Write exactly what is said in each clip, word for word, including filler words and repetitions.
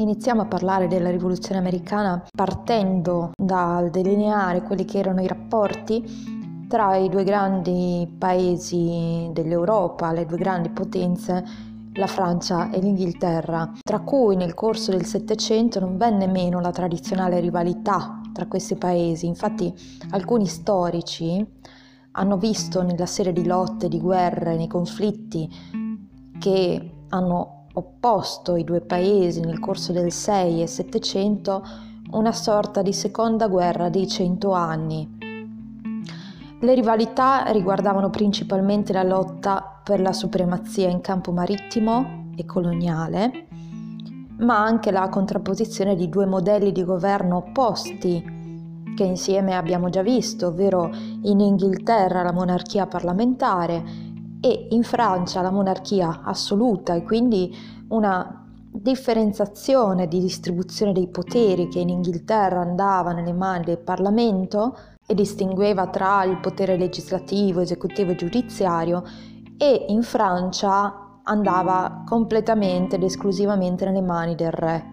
iniziamo a parlare della rivoluzione americana partendo dal delineare quelli che erano i rapporti tra i due grandi paesi dell'Europa, le due grandi potenze, la Francia e l'Inghilterra, tra cui nel corso del Settecento non venne meno la tradizionale rivalità tra questi paesi. Infatti alcuni storici hanno visto nella serie di lotte, di guerre, nei conflitti che hanno opposto i due paesi nel corso del Sei e Settecento una sorta di seconda guerra dei cento anni. Le rivalità riguardavano principalmente la lotta per la supremazia in campo marittimo e coloniale, ma anche la contrapposizione di due modelli di governo opposti che insieme abbiamo già visto, ovvero in Inghilterra la monarchia parlamentare e in Francia la monarchia assoluta, e quindi una differenziazione di distribuzione dei poteri che in Inghilterra andava nelle mani del Parlamento e distingueva tra il potere legislativo, esecutivo e giudiziario, e in Francia andava completamente ed esclusivamente nelle mani del re.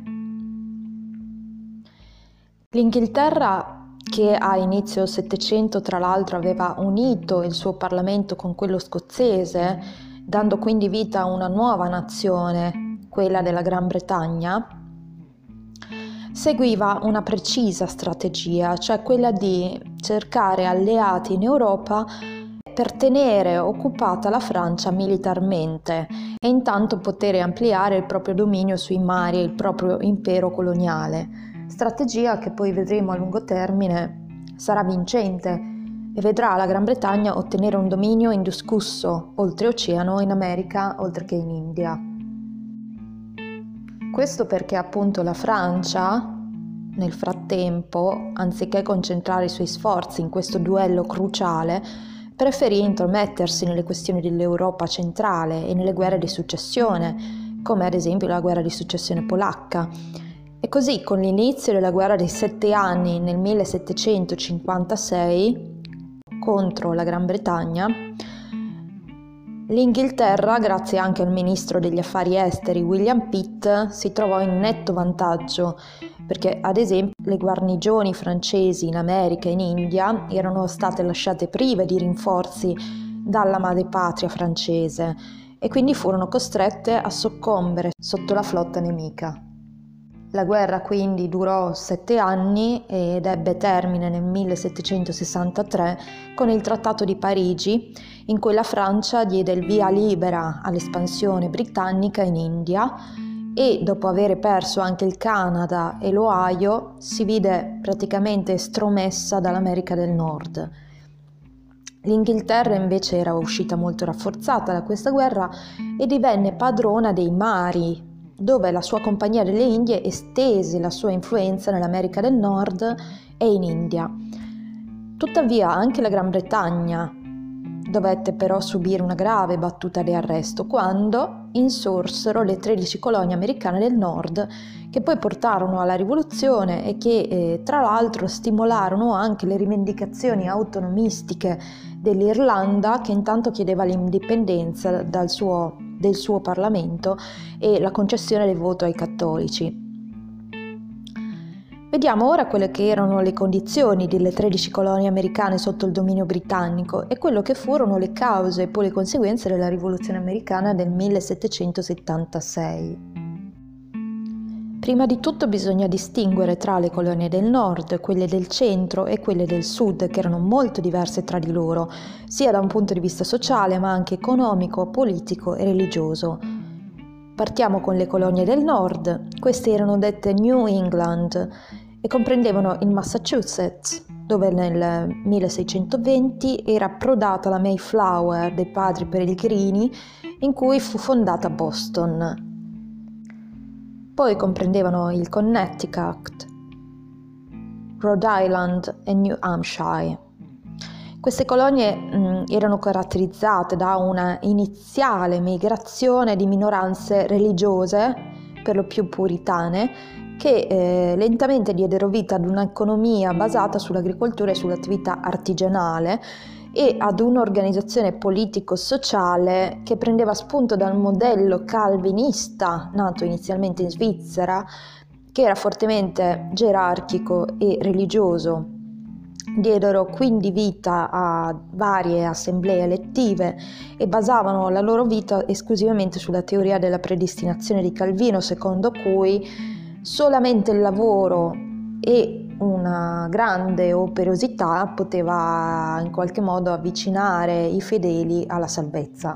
L'Inghilterra, che a inizio Settecento tra l'altro aveva unito il suo Parlamento con quello scozzese, dando quindi vita a una nuova nazione, quella della Gran Bretagna, seguiva una precisa strategia, cioè quella di cercare alleati in Europa per tenere occupata la Francia militarmente e intanto poter ampliare il proprio dominio sui mari e il proprio impero coloniale. Strategia che poi vedremo a lungo termine sarà vincente e vedrà la Gran Bretagna ottenere un dominio indiscusso oltreoceano in America oltre che in India. Questo perché appunto la Francia, nel frattempo, anziché concentrare i suoi sforzi in questo duello cruciale, preferì intromettersi nelle questioni dell'Europa centrale e nelle guerre di successione, come ad esempio la guerra di successione polacca. E così, con l'inizio della guerra dei sette anni nel millesettecentocinquantasei contro la Gran Bretagna, l'Inghilterra, grazie anche al ministro degli affari esteri William Pitt, si trovò in netto vantaggio perché, ad esempio, le guarnigioni francesi in America e in India erano state lasciate prive di rinforzi dalla madrepatria francese e quindi furono costrette a soccombere sotto la flotta nemica. La guerra quindi durò sette anni ed ebbe termine nel millesettecentosessantatré con il Trattato di Parigi, in cui la Francia diede il via libera all'espansione britannica in India e, dopo aver perso anche il Canada e l'Ohio, si vide praticamente estromessa dall'America del Nord. L'Inghilterra invece era uscita molto rafforzata da questa guerra e divenne padrona dei mari, dove la sua Compagnia delle Indie estese la sua influenza nell'America del Nord e in India. Tuttavia anche la Gran Bretagna dovette però subire una grave battuta di arresto quando insorsero le tredici colonie americane del Nord, che poi portarono alla rivoluzione e che eh, tra l'altro stimolarono anche le rivendicazioni autonomistiche dell'Irlanda, che intanto chiedeva l'indipendenza dal suo, del suo Parlamento e la concessione del voto ai cattolici. Vediamo ora quelle che erano le condizioni delle tredici colonie americane sotto il dominio britannico e quello che furono le cause e poi le conseguenze della rivoluzione americana del millesettecentosettantasei. Prima di tutto bisogna distinguere tra le colonie del nord, quelle del centro e quelle del sud, che erano molto diverse tra di loro, sia da un punto di vista sociale ma anche economico, politico e religioso. Partiamo con le colonie del nord. Queste erano dette New England e comprendevano il Massachusetts, dove nel milleseicentoventi era approdata la Mayflower dei padri pellegrini, in cui fu fondata Boston. Poi comprendevano il Connecticut, Rhode Island e New Hampshire. Queste colonie mh, erano caratterizzate da una iniziale migrazione di minoranze religiose, per lo più puritane, che eh, lentamente diedero vita ad un'economia basata sull'agricoltura e sull'attività artigianale e ad un'organizzazione politico-sociale che prendeva spunto dal modello calvinista nato inizialmente in Svizzera, che era fortemente gerarchico e religioso. Diedero quindi vita a varie assemblee elettive e basavano la loro vita esclusivamente sulla teoria della predestinazione di Calvino, secondo cui solamente il lavoro e una grande operosità poteva in qualche modo avvicinare i fedeli alla salvezza.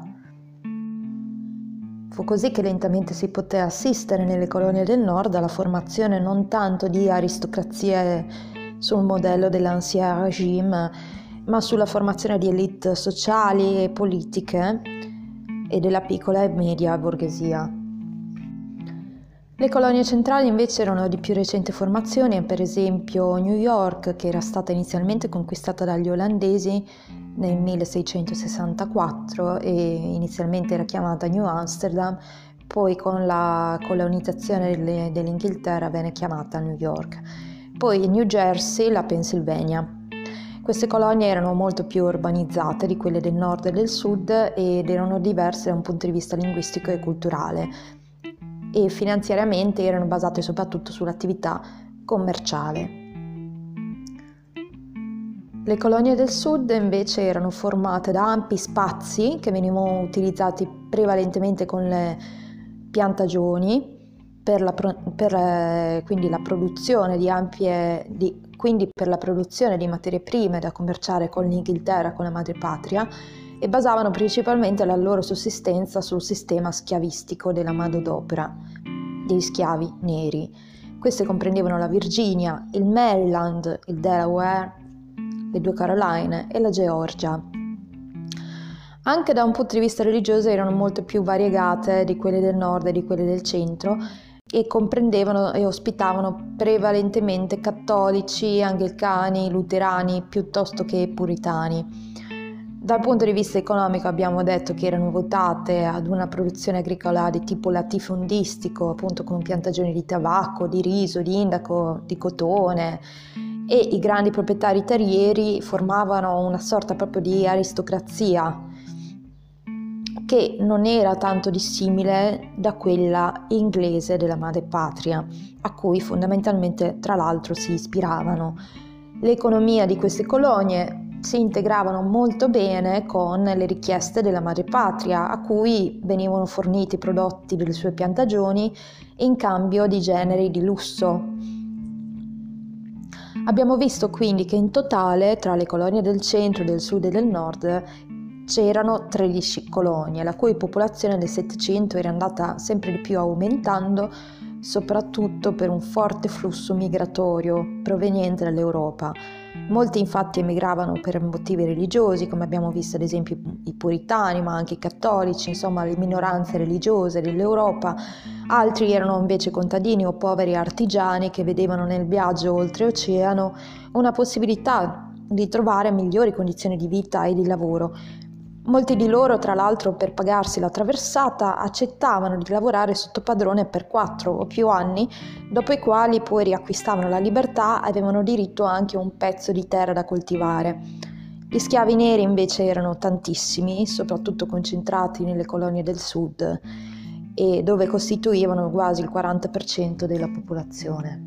Fu così che lentamente si poté assistere nelle colonie del nord alla formazione non tanto di aristocrazie sul modello dell'Ancien Régime, ma sulla formazione di elite sociali e politiche e della piccola e media borghesia. Le colonie centrali invece erano di più recente formazione, per esempio New York, che era stata inizialmente conquistata dagli olandesi nel milleseicentosessantaquattro e inizialmente era chiamata New Amsterdam, poi con la colonizzazione delle, dell'Inghilterra venne chiamata New York. Poi New Jersey, la Pennsylvania. Queste colonie erano molto più urbanizzate di quelle del nord e del sud ed erano diverse da un punto di vista linguistico e culturale, e finanziariamente erano basate soprattutto sull'attività commerciale. Le colonie del sud invece erano formate da ampi spazi che venivano utilizzati prevalentemente con le piantagioni per la, per, eh, quindi la produzione di ampie di, quindi per la produzione di materie prime da commerciare con l'Inghilterra, con la madrepatria, e basavano principalmente la loro sussistenza sul sistema schiavistico della manodopera degli schiavi neri. Queste comprendevano la Virginia, il Maryland, il Delaware, le due Caroline e la Georgia. Anche da un punto di vista religioso erano molto più variegate di quelle del nord e di quelle del centro e comprendevano e ospitavano prevalentemente cattolici, anglicani, luterani piuttosto che puritani. Dal punto di vista economico abbiamo detto che erano votate ad una produzione agricola di tipo latifondistico, appunto con piantagioni di tabacco, di riso, di indaco, di cotone, e i grandi proprietari terrieri formavano una sorta proprio di aristocrazia che non era tanto dissimile da quella inglese della madrepatria, a cui fondamentalmente tra l'altro si ispiravano. L'economia di queste colonie si integravano molto bene con le richieste della madrepatria, a cui venivano forniti prodotti delle sue piantagioni in cambio di generi di lusso. Abbiamo visto quindi che in totale tra le colonie del centro, del sud e del nord c'erano tredici colonie, la cui popolazione nel Settecento era andata sempre di più aumentando, soprattutto per un forte flusso migratorio proveniente dall'Europa. Molti infatti emigravano per motivi religiosi, come abbiamo visto ad esempio i puritani, ma anche i cattolici, insomma le minoranze religiose dell'Europa. Altri erano invece contadini o poveri artigiani che vedevano nel viaggio oltreoceano una possibilità di trovare migliori condizioni di vita e di lavoro. Molti di loro, tra l'altro, per pagarsi la traversata, accettavano di lavorare sotto padrone per quattro o più anni, dopo i quali poi riacquistavano la libertà e avevano diritto anche a un pezzo di terra da coltivare. Gli schiavi neri invece erano tantissimi, soprattutto concentrati nelle colonie del sud, e dove costituivano quasi il quaranta per cento della popolazione.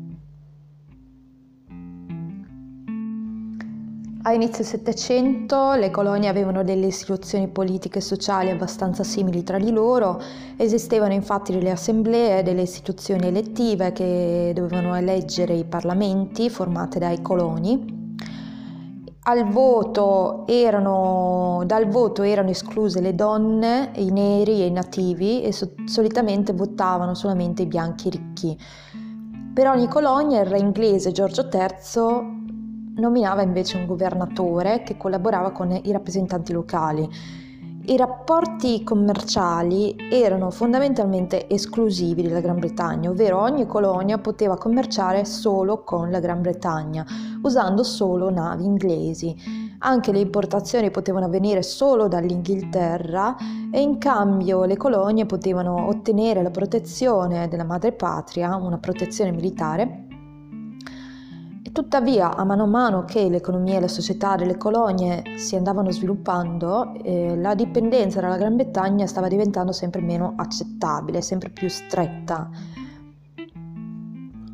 A inizio Settecento le colonie avevano delle istituzioni politiche e sociali abbastanza simili tra di loro, esistevano infatti delle assemblee, delle istituzioni elettive che dovevano eleggere i parlamenti formate dai coloni. Al voto erano, dal voto erano escluse le donne, i neri e i nativi e so, solitamente votavano solamente i bianchi ricchi. Per ogni colonia il re inglese Giorgio terzo nominava invece un governatore che collaborava con i rappresentanti locali. I rapporti commerciali erano fondamentalmente esclusivi della Gran Bretagna, ovvero ogni colonia poteva commerciare solo con la Gran Bretagna, usando solo navi inglesi. Anche le importazioni potevano avvenire solo dall'Inghilterra e in cambio le colonie potevano ottenere la protezione della madrepatria, una protezione militare. Tuttavia, a mano a mano che l'economia e la società delle colonie si andavano sviluppando, eh, la dipendenza dalla Gran Bretagna stava diventando sempre meno accettabile, sempre più stretta.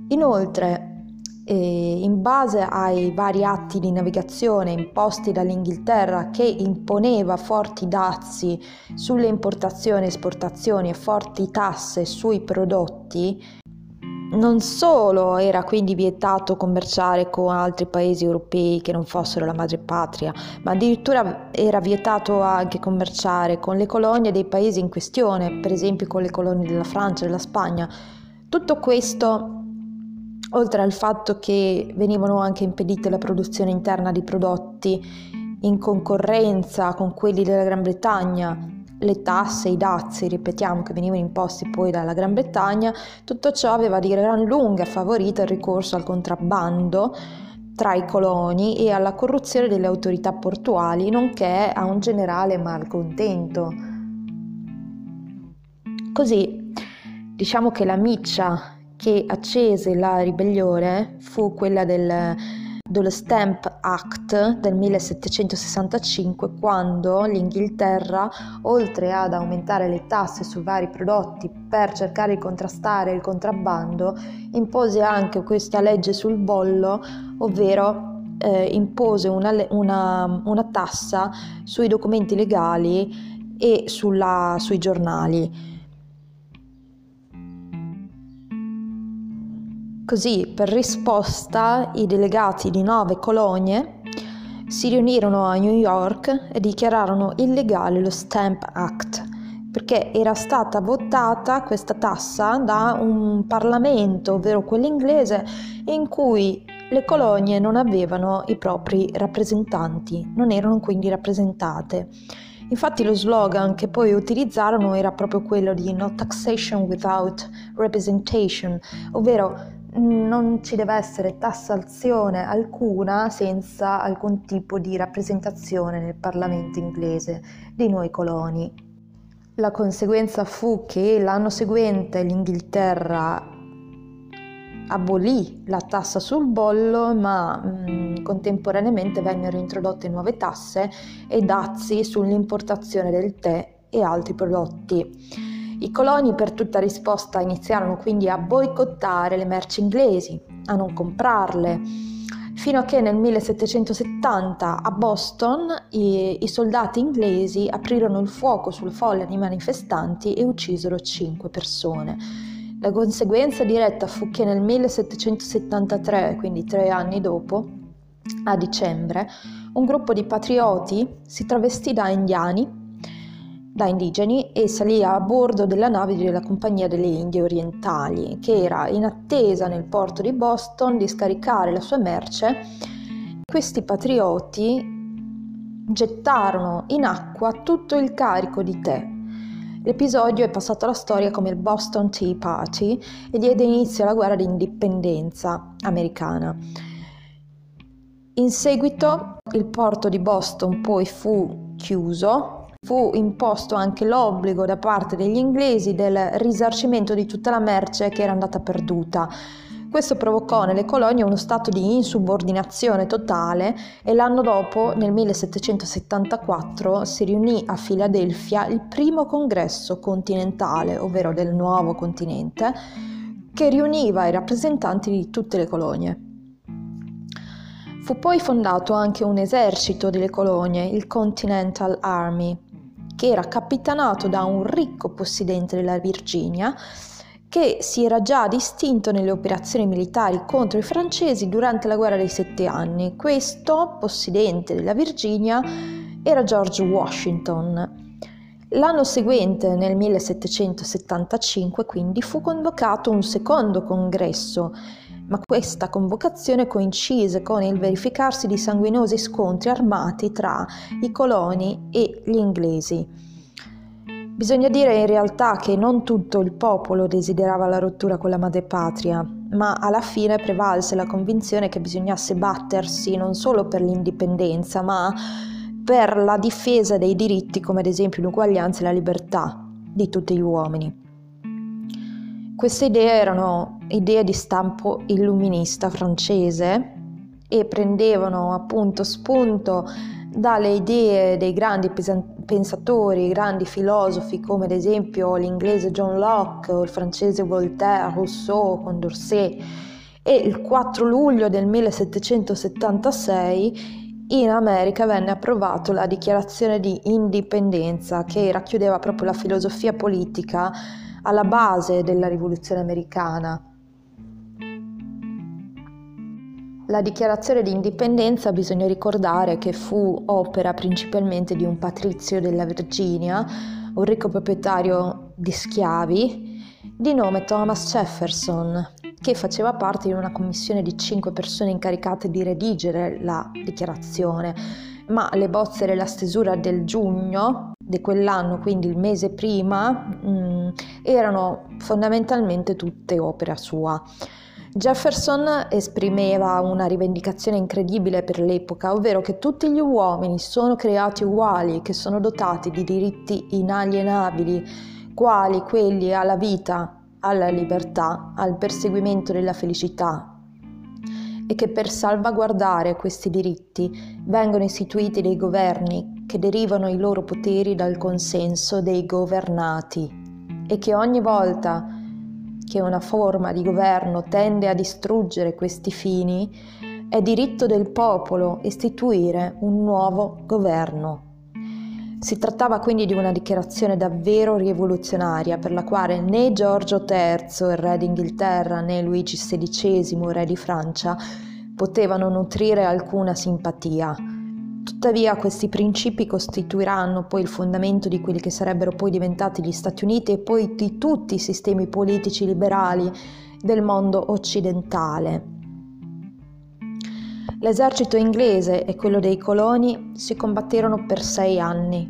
Inoltre, eh, in base ai vari atti di navigazione imposti dall'Inghilterra, che imponeva forti dazi sulle importazioni, esportazioni e forti tasse sui prodotti, non solo era quindi vietato commerciare con altri paesi europei che non fossero la madrepatria, ma addirittura era vietato anche commerciare con le colonie dei paesi in questione, per esempio con le colonie della Francia e della Spagna. Tutto questo, oltre al fatto che venivano anche impedite la produzione interna di prodotti in concorrenza con quelli della Gran Bretagna, le tasse, i dazi, ripetiamo, che venivano imposti poi dalla Gran Bretagna, tutto ciò aveva di gran lunga favorito il ricorso al contrabbando tra i coloni e alla corruzione delle autorità portuali, nonché a un generale malcontento. Così, diciamo che la miccia che accese la ribellione fu quella del dello Stamp Act del millesettecentosessantacinque, quando l'Inghilterra, oltre ad aumentare le tasse su vari prodotti per cercare di contrastare il contrabbando, impose anche questa legge sul bollo, ovvero eh, impose una, una, una tassa sui documenti legali e sulla, sui giornali. Così, per risposta, i delegati di nove colonie si riunirono a New York e dichiararono illegale lo Stamp Act, perché era stata votata questa tassa da un Parlamento, ovvero quello inglese, in cui le colonie non avevano i propri rappresentanti, non erano quindi rappresentate. Infatti lo slogan che poi utilizzarono era proprio quello di No taxation without representation, ovvero non ci deve essere tassazione alcuna senza alcun tipo di rappresentazione nel Parlamento inglese di noi coloni. La conseguenza fu che l'anno seguente l'Inghilterra abolì la tassa sul bollo, ma mh, contemporaneamente vennero introdotte nuove tasse e dazi sull'importazione del tè e altri prodotti. I coloni, per tutta risposta, iniziarono quindi a boicottare le merci inglesi, a non comprarle, fino a che nel millesettecentosettanta a Boston i, i soldati inglesi aprirono il fuoco sulle folle di manifestanti e uccisero cinque persone. La conseguenza diretta fu che nel millesettecentosettantatré, quindi tre anni dopo, a dicembre, un gruppo di patrioti si travestì da indiani da indigeni e salì a bordo della nave della Compagnia delle Indie Orientali, che era in attesa nel porto di Boston di scaricare la sua merce. Questi patrioti gettarono in acqua tutto il carico di tè. L'episodio è passato alla storia come il Boston Tea Party e diede inizio alla guerra di indipendenza americana. In seguito il porto di Boston poi fu chiuso. Fu imposto anche l'obbligo da parte degli inglesi del risarcimento di tutta la merce che era andata perduta. Questo provocò nelle colonie uno stato di insubordinazione totale e l'anno dopo, nel millesettecentosettantaquattro, si riunì a Filadelfia il primo congresso continentale, ovvero del nuovo continente, che riuniva i rappresentanti di tutte le colonie. Fu poi fondato anche un esercito delle colonie, il Continental Army, che era capitanato da un ricco possidente della Virginia, che si era già distinto nelle operazioni militari contro i francesi durante la guerra dei sette anni. Questo possidente della Virginia era George Washington. L'anno seguente, nel millesettecentosettantacinque, quindi, fu convocato un secondo congresso, ma questa convocazione coincise con il verificarsi di sanguinosi scontri armati tra i coloni e gli inglesi. Bisogna dire in realtà che non tutto il popolo desiderava la rottura con la madrepatria, ma alla fine prevalse la convinzione che bisognasse battersi non solo per l'indipendenza, ma per la difesa dei diritti, come ad esempio l'uguaglianza e la libertà di tutti gli uomini. Queste idee erano idee di stampo illuminista francese e prendevano appunto spunto dalle idee dei grandi pensatori, grandi filosofi come ad esempio l'inglese John Locke o il francese Voltaire, Rousseau, Condorcet. e il quattro luglio del millesettecentosettantasei in America venne approvato la Dichiarazione di Indipendenza, che racchiudeva proprio la filosofia politica alla base della rivoluzione americana. La Dichiarazione di Indipendenza, bisogna ricordare che fu opera principalmente di un patrizio della Virginia, un ricco proprietario di schiavi, di nome Thomas Jefferson, che faceva parte di una commissione di cinque persone incaricate di redigere la dichiarazione, ma le bozze della stesura del giugno di quell'anno, quindi il mese prima, mh, erano fondamentalmente tutte opera sua. Jefferson esprimeva una rivendicazione incredibile per l'epoca, ovvero che tutti gli uomini sono creati uguali, che sono dotati di diritti inalienabili, quali quelli alla vita, alla libertà, al perseguimento della felicità, e che per salvaguardare questi diritti vengono istituiti dei governi che derivano i loro poteri dal consenso dei governati, e che ogni volta che una forma di governo tende a distruggere questi fini, è diritto del popolo istituire un nuovo governo. Si trattava quindi di una dichiarazione davvero rivoluzionaria, per la quale né Giorgio terzo, il re d'Inghilterra, né Luigi sedicesimo, re di Francia, potevano nutrire alcuna simpatia. Tuttavia questi principi costituiranno poi il fondamento di quelli che sarebbero poi diventati gli Stati Uniti e poi di tutti i sistemi politici liberali del mondo occidentale. L'esercito inglese e quello dei coloni si combatterono per sei anni.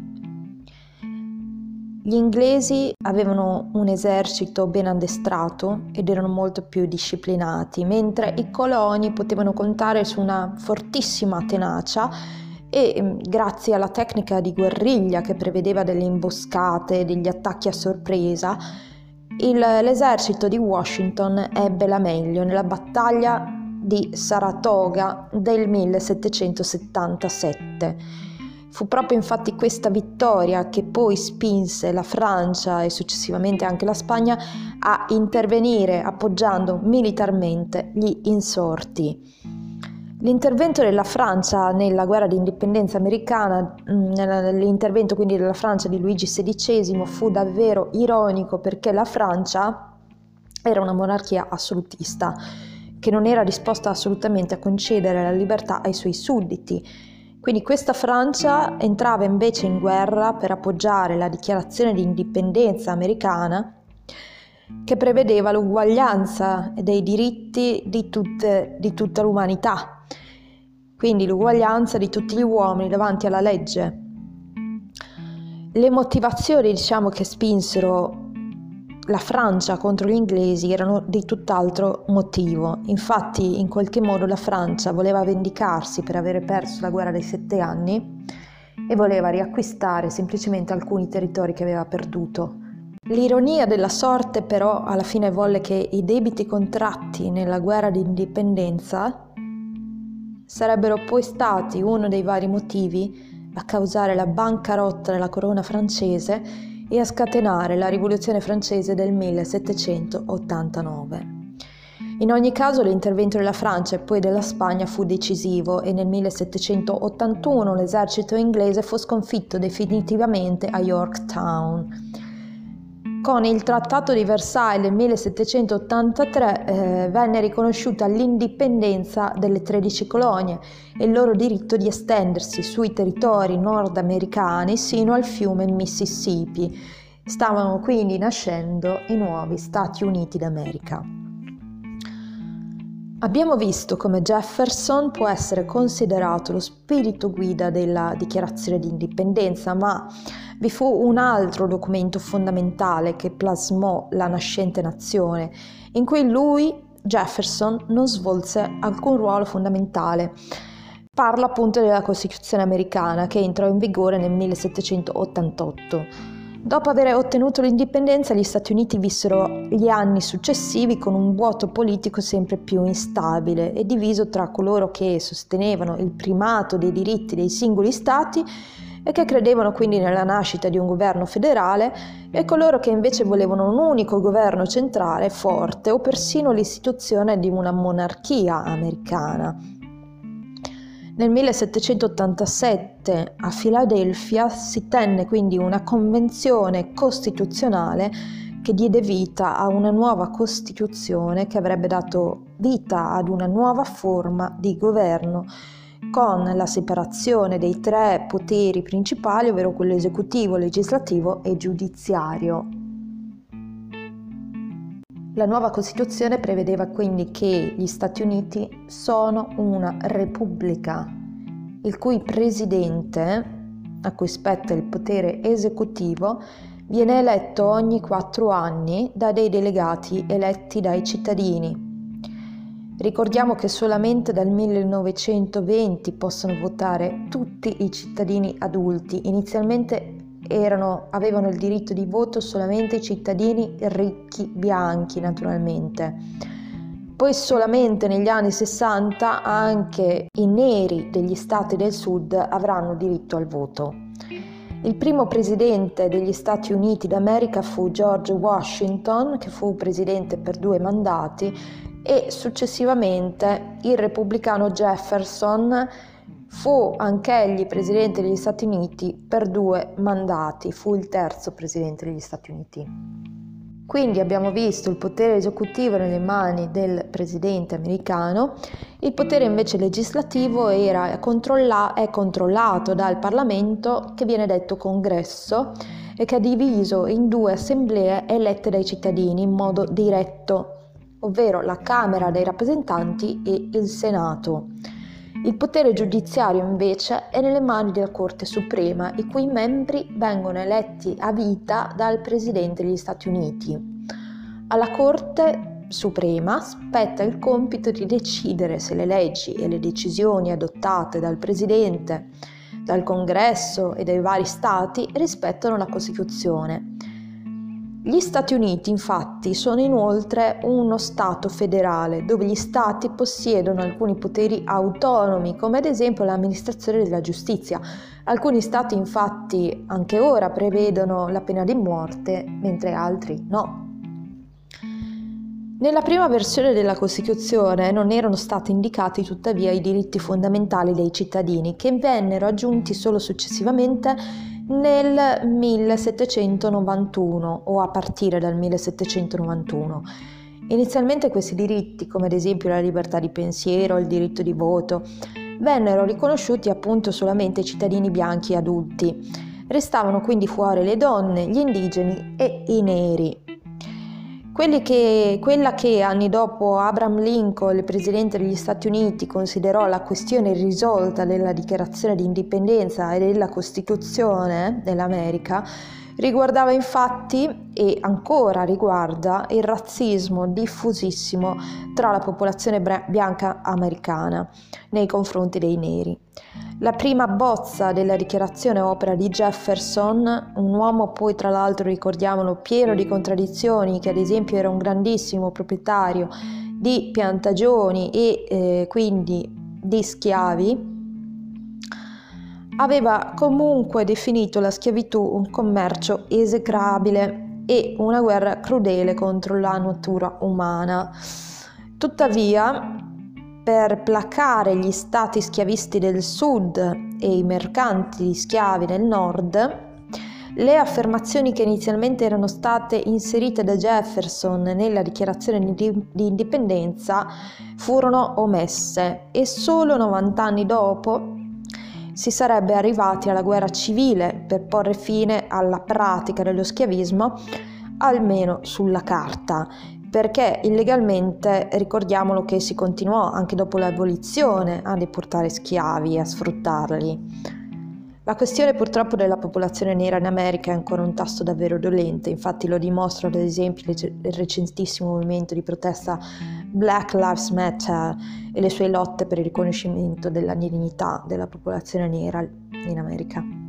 Gli inglesi avevano un esercito ben addestrato ed erano molto più disciplinati, mentre i coloni potevano contare su una fortissima tenacia e, grazie alla tecnica di guerriglia che prevedeva delle imboscate e degli attacchi a sorpresa, il, l'esercito di Washington ebbe la meglio nella battaglia di Saratoga del millesettecentosettantasette. Fu proprio infatti questa vittoria che poi spinse la Francia e successivamente anche la Spagna a intervenire appoggiando militarmente gli insorti. L'intervento della Francia nella guerra di indipendenza americana, l'intervento quindi della Francia di Luigi sedicesimo, fu davvero ironico, perché la Francia era una monarchia assolutista che non era disposta assolutamente a concedere la libertà ai suoi sudditi. Quindi questa Francia entrava invece in guerra per appoggiare la dichiarazione di indipendenza americana, che prevedeva l'uguaglianza dei diritti di, tutte, di tutta l'umanità, quindi l'uguaglianza di tutti gli uomini davanti alla legge. Le motivazioni, diciamo, che spinsero la Francia contro gli inglesi erano di tutt'altro motivo. Infatti, in qualche modo la Francia voleva vendicarsi per avere perso la guerra dei sette anni e voleva riacquistare semplicemente alcuni territori che aveva perduto. L'ironia della sorte però alla fine volle che i debiti contratti nella guerra di indipendenza sarebbero poi stati uno dei vari motivi a causare la bancarotta della corona francese e a scatenare la rivoluzione francese del millesettecentottantanove. In ogni caso l'intervento della Francia e poi della Spagna fu decisivo e nel millesettecentottantuno l'esercito inglese fu sconfitto definitivamente a Yorktown. Con il Trattato di Versailles del millesettecentottantatré eh, venne riconosciuta l'indipendenza delle tredici colonie e il loro diritto di estendersi sui territori nordamericani sino al fiume Mississippi. Stavano quindi nascendo i nuovi Stati Uniti d'America. Abbiamo visto come Jefferson può essere considerato lo spirito guida della Dichiarazione di Indipendenza, ma vi fu un altro documento fondamentale che plasmò la nascente nazione, in cui lui, Jefferson, non svolse alcun ruolo fondamentale. Parlo appunto della Costituzione americana, che entrò in vigore nel millesettecentottantotto. Dopo aver ottenuto l'indipendenza, gli Stati Uniti vissero gli anni successivi con un vuoto politico sempre più instabile e diviso tra coloro che sostenevano il primato dei diritti dei singoli Stati e che credevano quindi nella nascita di un governo federale, e coloro che invece volevano un unico governo centrale forte o persino l'istituzione di una monarchia americana. Nel millesettecentottantasette a Filadelfia si tenne quindi una convenzione costituzionale che diede vita a una nuova Costituzione che avrebbe dato vita ad una nuova forma di governo, con la separazione dei tre poteri principali, ovvero quello esecutivo, legislativo e giudiziario. La nuova Costituzione prevedeva quindi che gli Stati Uniti sono una repubblica, il cui presidente, a cui spetta il potere esecutivo, viene eletto ogni quattro anni da dei delegati eletti dai cittadini. Ricordiamo che solamente dal millenovecentoventi possono votare tutti i cittadini adulti. Inizialmente erano, avevano il diritto di voto solamente i cittadini ricchi bianchi, naturalmente. Poi solamente negli anni sessanta anche i neri degli stati del sud avranno diritto al voto. Il primo presidente degli Stati Uniti d'America fu George Washington, che fu presidente per due mandati, e successivamente il repubblicano Jefferson fu anch'egli presidente degli Stati Uniti per due mandati, fu il terzo presidente degli Stati Uniti. Quindi abbiamo visto il potere esecutivo nelle mani del presidente americano, il potere invece legislativo era controlla- è controllato dal Parlamento, che viene detto Congresso, e che è diviso in due assemblee elette dai cittadini in modo diretto, ovvero la Camera dei rappresentanti e il Senato. Il potere giudiziario invece è nelle mani della Corte Suprema, i cui membri vengono eletti a vita dal Presidente degli Stati Uniti. Alla Corte Suprema spetta il compito di decidere se le leggi e le decisioni adottate dal Presidente, dal Congresso e dai vari Stati rispettano la Costituzione. Gli Stati Uniti, infatti, sono inoltre uno Stato federale, dove gli Stati possiedono alcuni poteri autonomi, come ad esempio l'amministrazione della giustizia. Alcuni Stati, infatti, anche ora prevedono la pena di morte, mentre altri no. Nella prima versione della Costituzione non erano stati indicati tuttavia i diritti fondamentali dei cittadini, che vennero aggiunti solo successivamente nel millesettecentonovantuno o a partire dal millesettecentonovantuno. Inizialmente questi diritti, come ad esempio la libertà di pensiero, il diritto di voto, vennero riconosciuti appunto solamente ai cittadini bianchi adulti. Restavano quindi fuori le donne, gli indigeni e i neri. Quelli che, quella che anni dopo Abraham Lincoln, il presidente degli Stati Uniti, considerò la questione irrisolta della dichiarazione di indipendenza e della Costituzione dell'America, riguardava infatti, e ancora riguarda, il razzismo diffusissimo tra la popolazione bianca americana nei confronti dei neri. La prima bozza della dichiarazione opera di Jefferson, un uomo poi tra l'altro, ricordiamolo, pieno di contraddizioni, che ad esempio era un grandissimo proprietario di piantagioni e eh, quindi di schiavi, aveva comunque definito la schiavitù un commercio esecrabile e una guerra crudele contro la natura umana. Tuttavia, per placare gli stati schiavisti del sud e i mercanti di schiavi del nord, le affermazioni che inizialmente erano state inserite da Jefferson nella dichiarazione di, di indipendenza furono omesse, e solo novanta anni dopo si sarebbe arrivati alla guerra civile per porre fine alla pratica dello schiavismo, almeno sulla carta, perché illegalmente ricordiamolo che si continuò anche dopo l'abolizione a deportare schiavi e a sfruttarli. La questione purtroppo della popolazione nera in America è ancora un tasto davvero dolente, infatti lo dimostra ad esempio il recentissimo movimento di protesta Black Lives Matter e le sue lotte per il riconoscimento della dignità della popolazione nera in America.